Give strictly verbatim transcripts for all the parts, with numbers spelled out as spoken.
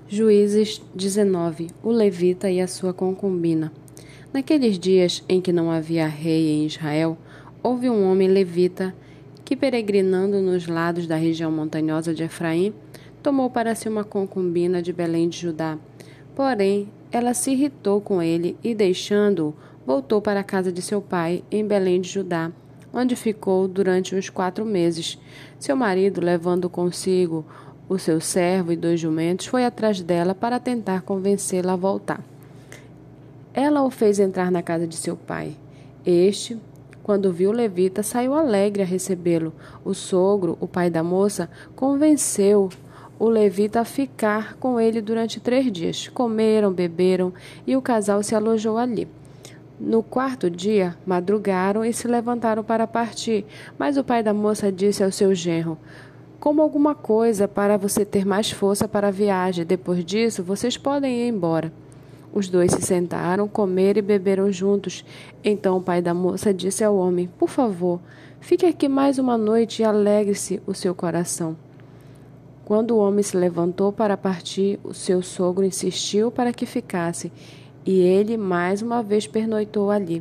Juízes dezenove. O levita e a sua concubina. Naqueles dias em que não havia rei em Israel, houve um homem levita que, peregrinando nos lados da região montanhosa de Efraim, tomou para si uma concubina de Belém de Judá. Porém, ela se irritou com ele e, deixando-o, voltou para a casa de seu pai, em Belém de Judá, onde ficou durante uns quatro meses. Seu marido, levando consigo o seu servo e dois jumentos, foi atrás dela para tentar convencê-la a voltar. Ela o fez entrar na casa de seu pai. Este, quando viu o levita, saiu alegre a recebê-lo. O sogro, o pai da moça, convenceu o levita a ficar com ele durante três dias. Comeram, beberam e o casal se alojou ali. No quarto dia, madrugaram e se levantaram para partir, mas o pai da moça disse ao seu genro: "Coma alguma coisa para você ter mais força para a viagem. Depois disso, vocês podem ir embora." Os dois se sentaram, comeram e beberam juntos. Então o pai da moça disse ao homem: "Por favor, fique aqui mais uma noite e alegre-se o seu coração." Quando o homem se levantou para partir, o seu sogro insistiu para que ficasse, e ele mais uma vez pernoitou ali.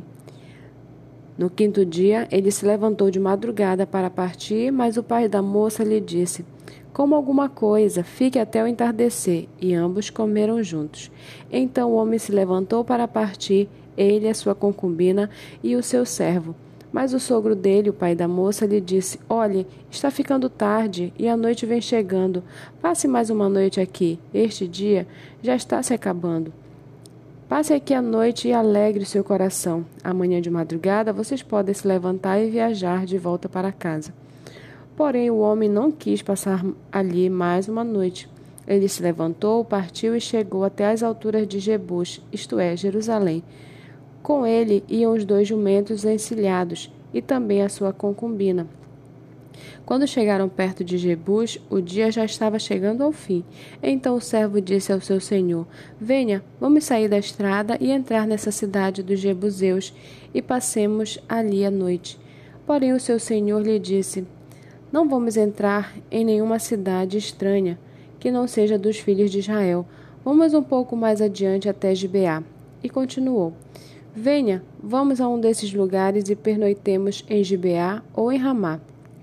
No quinto dia, ele se levantou de madrugada para partir, mas o pai da moça lhe disse: "Coma alguma coisa, fique até o entardecer." E ambos comeram juntos. Então o homem se levantou para partir, ele, a sua concubina e o seu servo. Mas o sogro dele, o pai da moça, lhe disse: "Olhe, está ficando tarde e a noite vem chegando. Passe mais uma noite aqui. Este dia já está se acabando. Passe aqui a noite e alegre seu coração. Amanhã de madrugada vocês podem se levantar e viajar de volta para casa." Porém, o homem não quis passar ali mais uma noite. Ele se levantou, partiu e chegou até as alturas de Jebus, isto é, Jerusalém. Com ele iam os dois jumentos encilhados e também a sua concubina. Quando chegaram perto de Jebus, o dia já estava chegando ao fim. Então o servo disse ao seu senhor: "Venha, vamos sair da estrada e entrar nessa cidade dos jebuseus e passemos ali a noite." Porém o seu senhor lhe disse: "Não vamos entrar em nenhuma cidade estranha que não seja dos filhos de Israel. Vamos um pouco mais adiante até Gibeá." E continuou: "Venha, vamos a um desses lugares e pernoitemos em Gibeá ou em Ramá."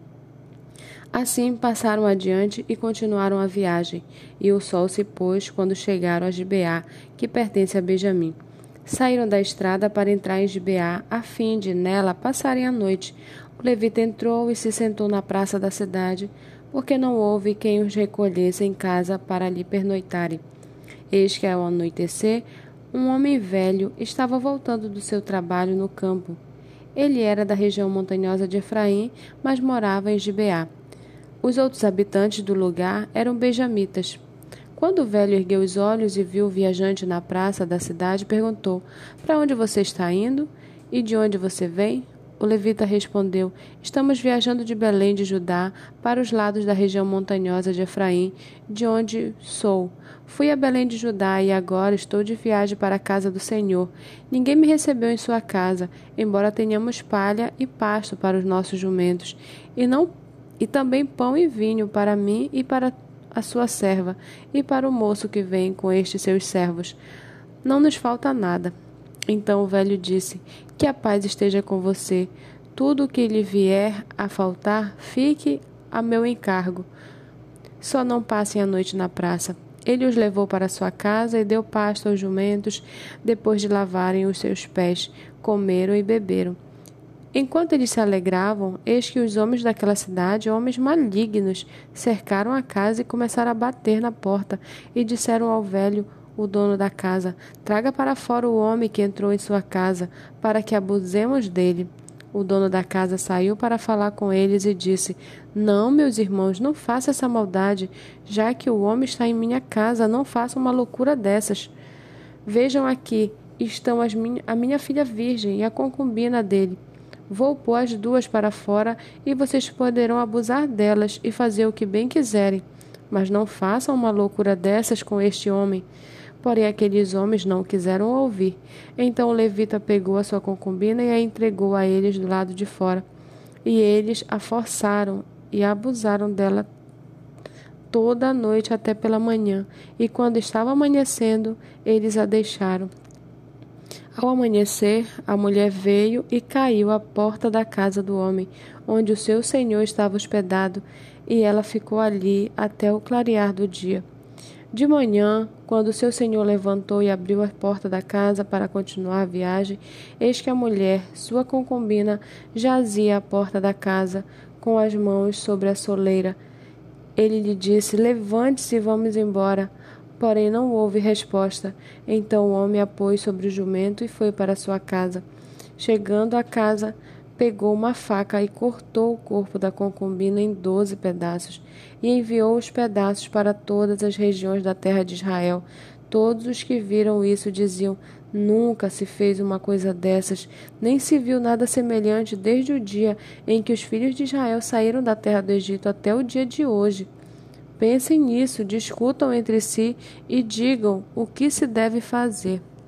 Assim passaram adiante e continuaram a viagem, e o sol se pôs quando chegaram a Gibeá, que pertence a Benjamim. Saíram da estrada para entrar em Gibeá, a fim de nela passarem a noite. O levita entrou e se sentou na praça da cidade, porque não houve quem os recolhesse em casa para ali pernoitarem. Eis que, ao anoitecer, um homem velho estava voltando do seu trabalho no campo. Ele era da região montanhosa de Efraim, mas morava em Gibeá. Os outros habitantes do lugar eram benjamitas. Quando o velho ergueu os olhos e viu o viajante na praça da cidade, perguntou: "Para onde você está indo? E de onde você vem?" O levita respondeu: "Estamos viajando de Belém de Judá para os lados da região montanhosa de Efraim, de onde sou. Fui a Belém de Judá e agora estou de viagem para a casa do Senhor. Ninguém me recebeu em sua casa, embora tenhamos palha e pasto para os nossos jumentos, e não e também pão e vinho para mim e para a sua serva, e para o moço que vem com estes seus servos. Não nos falta nada." Então o velho disse: "Que a paz esteja com você. Tudo o que lhe vier a faltar, fique a meu encargo. Só não passem a noite na praça." Ele os levou para sua casa e deu pasto aos jumentos. Depois de lavarem os seus pés, comeram e beberam. Enquanto eles se alegravam, eis que os homens daquela cidade, homens malignos, cercaram a casa e começaram a bater na porta, e disseram ao velho, o dono da casa: "Traga para fora o homem que entrou em sua casa, para que abusemos dele." O dono da casa saiu para falar com eles e disse: "Não, meus irmãos, não faça essa maldade, já que o homem está em minha casa, não façam uma loucura dessas. Vejam aqui, estão as minha, a minha filha virgem e a concubina dele. Vou pôr as duas para fora e vocês poderão abusar delas e fazer o que bem quiserem. Mas não façam uma loucura dessas com este homem." Porém aqueles homens não quiseram ouvir. Então o levita pegou a sua concubina e a entregou a eles do lado de fora. E eles a forçaram e abusaram dela toda a noite até pela manhã, e quando estava amanhecendo, eles a deixaram. Ao amanhecer, a mulher veio e caiu à porta da casa do homem, onde o seu senhor estava hospedado, e ela ficou ali até o clarear do dia. De manhã, quando seu senhor levantou e abriu a porta da casa para continuar a viagem, eis que a mulher, sua concubina, jazia à porta da casa, com as mãos sobre a soleira. Ele lhe disse: levante-se e vamos embora. Porém não houve resposta. Então o homem a pôs sobre o jumento e foi para sua casa. Chegando à casa, pegou uma faca e cortou o corpo da concubina em doze pedaços, e enviou os pedaços para todas as regiões da terra de Israel. Todos os que viram isso diziam: nunca se fez uma coisa dessas, nem se viu nada semelhante desde o dia em que os filhos de Israel saíram da terra do Egito até o dia de hoje. Pensem nisso, discutam entre si e digam o que se deve fazer.